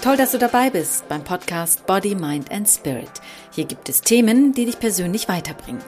Toll, dass du dabei bist beim Podcast Body, Mind and Spirit. Hier gibt es Themen, die dich persönlich weiterbringen.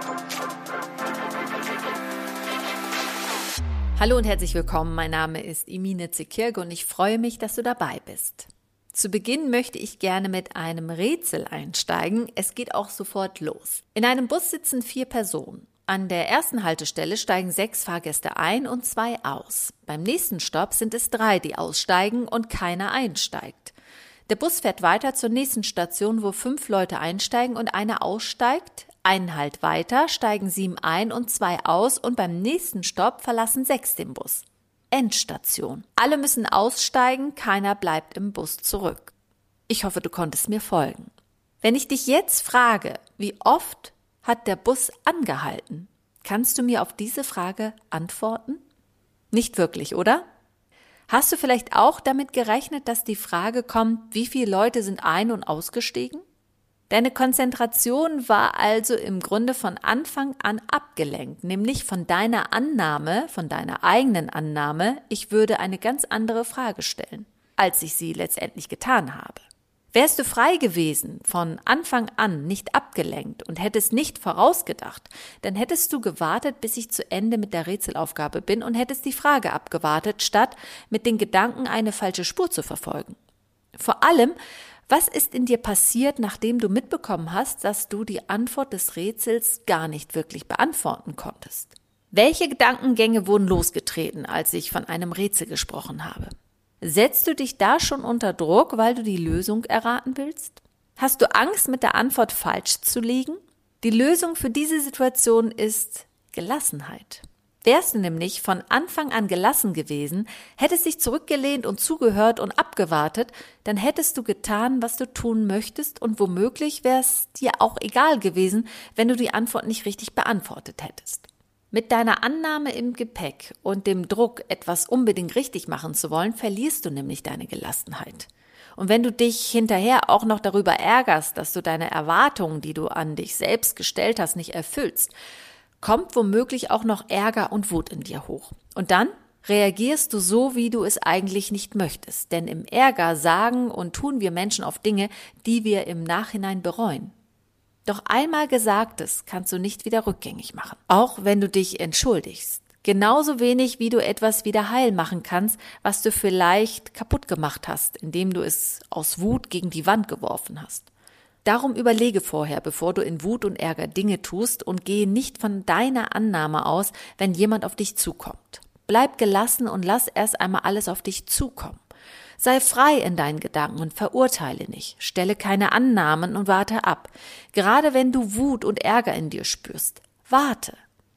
Hallo und herzlich willkommen. Mein Name ist Emine Zekirge und ich freue mich, dass du dabei bist. Zu Beginn möchte ich gerne mit einem Rätsel einsteigen. Es geht auch sofort los. In einem Bus sitzen 4 Personen. An der ersten Haltestelle steigen 6 Fahrgäste ein und 2 aus. Beim nächsten Stopp sind es 3, die aussteigen und keiner einsteigt. Der Bus fährt weiter zur nächsten Station, wo 5 Leute einsteigen und einer aussteigt. Einen Halt weiter steigen 7 ein und 2 aus und beim nächsten Stopp verlassen 6 den Bus. Endstation. Alle müssen aussteigen, keiner bleibt im Bus zurück. Ich hoffe, du konntest mir folgen. Wenn ich dich jetzt frage, wie oft hat der Bus angehalten? Kannst du mir auf diese Frage antworten? Nicht wirklich, oder? Hast du vielleicht auch damit gerechnet, dass die Frage kommt, wie viele Leute sind ein- und ausgestiegen? Deine Konzentration war also im Grunde von Anfang an abgelenkt, nämlich von deiner Annahme, von deiner eigenen Annahme, ich würde eine ganz andere Frage stellen, als ich sie letztendlich getan habe. Wärst du frei gewesen, von Anfang an nicht abgelenkt und hättest nicht vorausgedacht, dann hättest du gewartet, bis ich zu Ende mit der Rätselaufgabe bin und hättest die Frage abgewartet, statt mit den Gedanken eine falsche Spur zu verfolgen. Vor allem, was ist in dir passiert, nachdem du mitbekommen hast, dass du die Antwort des Rätsels gar nicht wirklich beantworten konntest? Welche Gedankengänge wurden losgetreten, als ich von einem Rätsel gesprochen habe? Setzt du dich da schon unter Druck, weil du die Lösung erraten willst? Hast du Angst, mit der Antwort falsch zu liegen? Die Lösung für diese Situation ist Gelassenheit. Wärst du nämlich von Anfang an gelassen gewesen, hättest dich zurückgelehnt und zugehört und abgewartet, dann hättest du getan, was du tun möchtest und womöglich wäre es dir auch egal gewesen, wenn du die Antwort nicht richtig beantwortet hättest. Mit deiner Annahme im Gepäck und dem Druck, etwas unbedingt richtig machen zu wollen, verlierst du nämlich deine Gelassenheit. Und wenn du dich hinterher auch noch darüber ärgerst, dass du deine Erwartungen, die du an dich selbst gestellt hast, nicht erfüllst, kommt womöglich auch noch Ärger und Wut in dir hoch. Und dann reagierst du so, wie du es eigentlich nicht möchtest. Denn im Ärger sagen und tun wir Menschen oft Dinge, die wir im Nachhinein bereuen. Doch einmal Gesagtes kannst du nicht wieder rückgängig machen, auch wenn du dich entschuldigst. Genauso wenig, wie du etwas wieder heil machen kannst, was du vielleicht kaputt gemacht hast, indem du es aus Wut gegen die Wand geworfen hast. Darum überlege vorher, bevor du in Wut und Ärger Dinge tust und gehe nicht von deiner Annahme aus, wenn jemand auf dich zukommt. Bleib gelassen und lass erst einmal alles auf dich zukommen. Sei frei in deinen Gedanken und verurteile nicht. Stelle keine Annahmen und warte ab. Gerade wenn du Wut und Ärger in dir spürst, warte.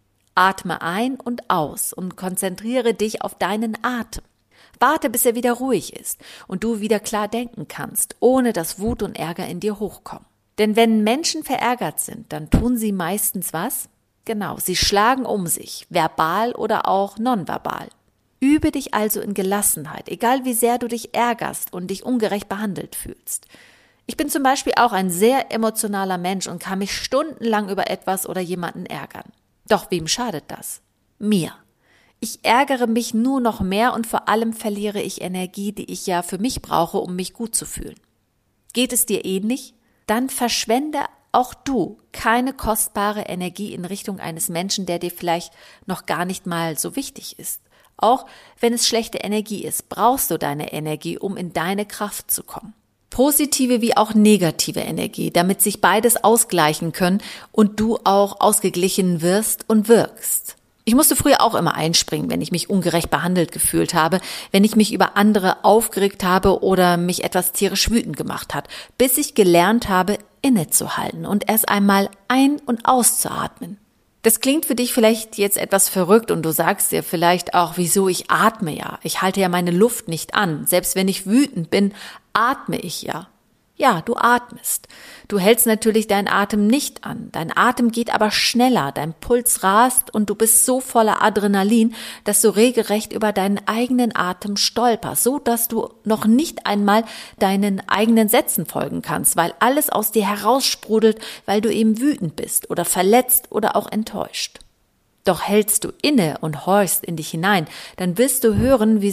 Atme ein und aus und konzentriere dich auf deinen Atem. Warte, bis er wieder ruhig ist und du wieder klar denken kannst, ohne dass Wut und Ärger in dir hochkommen. Denn wenn Menschen verärgert sind, dann tun sie meistens was? Genau, sie schlagen um sich, verbal oder auch nonverbal. Übe dich also in Gelassenheit, egal wie sehr du dich ärgerst und dich ungerecht behandelt fühlst. Ich bin zum Beispiel auch ein sehr emotionaler Mensch und kann mich stundenlang über etwas oder jemanden ärgern. Doch wem schadet das? Mir. Ich ärgere mich nur noch mehr und vor allem verliere ich Energie, die ich ja für mich brauche, um mich gut zu fühlen. Geht es dir ähnlich? Dann verschwende auch du keine kostbare Energie in Richtung eines Menschen, der dir vielleicht noch gar nicht mal so wichtig ist. Auch wenn es schlechte Energie ist, brauchst du deine Energie, um in deine Kraft zu kommen. Positive wie auch negative Energie, damit sich beides ausgleichen können und du auch ausgeglichen wirst und wirkst. Ich musste früher auch immer einspringen, wenn ich mich ungerecht behandelt gefühlt habe, wenn ich mich über andere aufgeregt habe oder mich etwas tierisch wütend gemacht hat, bis ich gelernt habe, innezuhalten und erst einmal ein- und auszuatmen. Das klingt für dich vielleicht jetzt etwas verrückt und du sagst dir vielleicht auch, wieso, ich atme ja. Ich halte ja meine Luft nicht an. Selbst wenn ich wütend bin, atme ich ja. Ja, du atmest. Du hältst natürlich deinen Atem nicht an. Dein Atem geht aber schneller, dein Puls rast und du bist so voller Adrenalin, dass du regelrecht über deinen eigenen Atem stolperst, so dass du noch nicht einmal deinen eigenen Sätzen folgen kannst, weil alles aus dir heraussprudelt, weil du eben wütend bist oder verletzt oder auch enttäuscht. Doch hältst du inne und horchst in dich hinein, dann wirst du hören, wie sich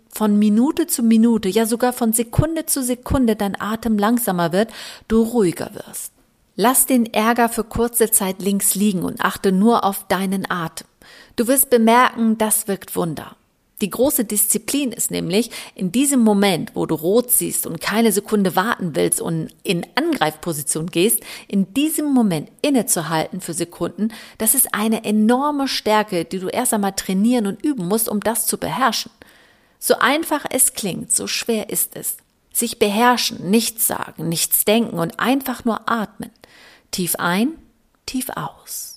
von Minute zu Minute, ja sogar von Sekunde zu Sekunde dein Atem langsamer wird, du ruhiger wirst. Lass den Ärger für kurze Zeit links liegen und achte nur auf deinen Atem. Du wirst bemerken, das wirkt Wunder. Die große Disziplin ist nämlich, in diesem Moment, wo du rot siehst und keine Sekunde warten willst und in Angreifposition gehst, in diesem Moment innezuhalten für Sekunden, das ist eine enorme Stärke, die du erst einmal trainieren und üben musst, um das zu beherrschen. So einfach es klingt, so schwer ist es. Sich beherrschen, nichts sagen, nichts denken und einfach nur atmen. Tief ein, tief aus.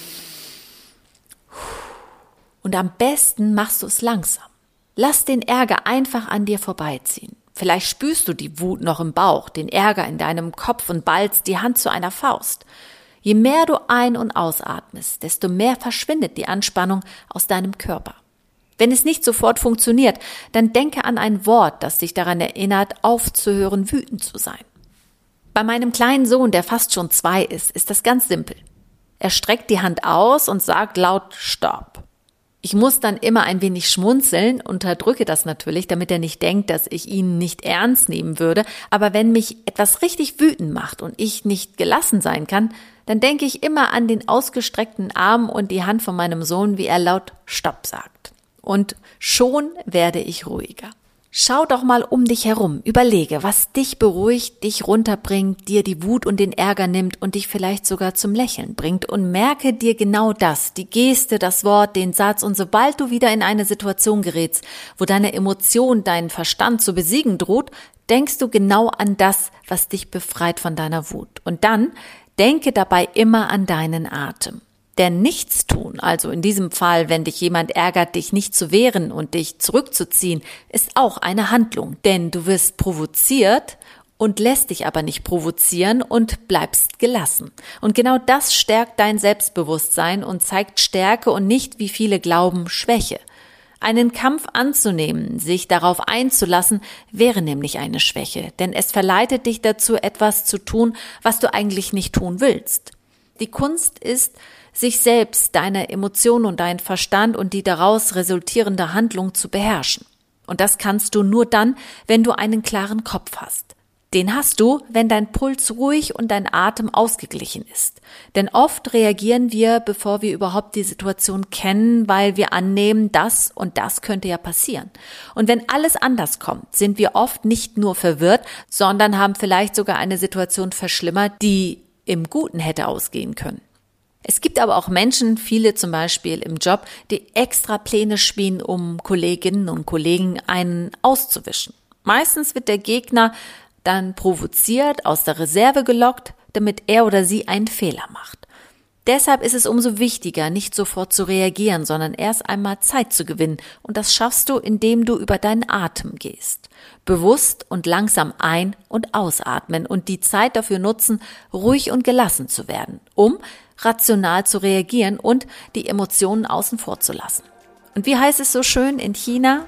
Und am besten machst du es langsam. Lass den Ärger einfach an dir vorbeiziehen. Vielleicht spürst du die Wut noch im Bauch, den Ärger in deinem Kopf und ballst die Hand zu einer Faust. Je mehr du ein- und ausatmest, desto mehr verschwindet die Anspannung aus deinem Körper. Wenn es nicht sofort funktioniert, dann denke an ein Wort, das dich daran erinnert, aufzuhören, wütend zu sein. Bei meinem kleinen Sohn, der fast schon 2 ist das ganz simpel. Er streckt die Hand aus und sagt laut Stopp. Ich muss dann immer ein wenig schmunzeln, unterdrücke das natürlich, damit er nicht denkt, dass ich ihn nicht ernst nehmen würde. Aber wenn mich etwas richtig wütend macht und ich nicht gelassen sein kann, dann denke ich immer an den ausgestreckten Arm und die Hand von meinem Sohn, wie er laut Stopp sagt. Und schon werde ich ruhiger. Schau doch mal um dich herum, überlege, was dich beruhigt, dich runterbringt, dir die Wut und den Ärger nimmt und dich vielleicht sogar zum Lächeln bringt und merke dir genau das, die Geste, das Wort, den Satz und sobald du wieder in eine Situation gerätst, wo deine Emotion deinen Verstand zu besiegen droht, denkst du genau an das, was dich befreit von deiner Wut. Und dann denke dabei immer an deinen Atem. Denn Nichtstun, also in diesem Fall, wenn dich jemand ärgert, dich nicht zu wehren und dich zurückzuziehen, ist auch eine Handlung. Denn du wirst provoziert und lässt dich aber nicht provozieren und bleibst gelassen. Und genau das stärkt dein Selbstbewusstsein und zeigt Stärke und nicht, wie viele glauben, Schwäche. Einen Kampf anzunehmen, sich darauf einzulassen, wäre nämlich eine Schwäche. Denn es verleitet dich dazu, etwas zu tun, was du eigentlich nicht tun willst. Die Kunst ist, sich selbst, deine Emotionen und deinen Verstand und die daraus resultierende Handlung zu beherrschen. Und das kannst du nur dann, wenn du einen klaren Kopf hast. Den hast du, wenn dein Puls ruhig und dein Atem ausgeglichen ist. Denn oft reagieren wir, bevor wir überhaupt die Situation kennen, weil wir annehmen, das und das könnte ja passieren. Und wenn alles anders kommt, sind wir oft nicht nur verwirrt, sondern haben vielleicht sogar eine Situation verschlimmert, die im Guten hätte ausgehen können. Es gibt aber auch Menschen, viele zum Beispiel im Job, die extra Pläne schmieden, um Kolleginnen und Kollegen einen auszuwischen. Meistens wird der Gegner dann provoziert, aus der Reserve gelockt, damit er oder sie einen Fehler macht. Deshalb ist es umso wichtiger, nicht sofort zu reagieren, sondern erst einmal Zeit zu gewinnen. Und das schaffst du, indem du über deinen Atem gehst. Bewusst und langsam ein- und ausatmen und die Zeit dafür nutzen, ruhig und gelassen zu werden, um rational zu reagieren und die Emotionen außen vor zu lassen. Und wie heißt es so schön in China?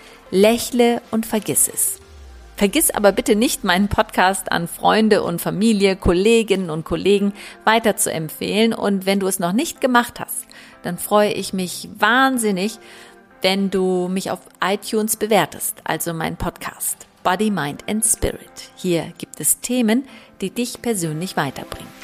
Lächle und vergiss es. Vergiss aber bitte nicht, meinen Podcast an Freunde und Familie, Kolleginnen und Kollegen weiter zu empfehlen. Und wenn du es noch nicht gemacht hast, dann freue ich mich wahnsinnig, wenn du mich auf iTunes bewertest, also meinen Podcast Body, Mind and Spirit. Hier gibt es Themen, die dich persönlich weiterbringen.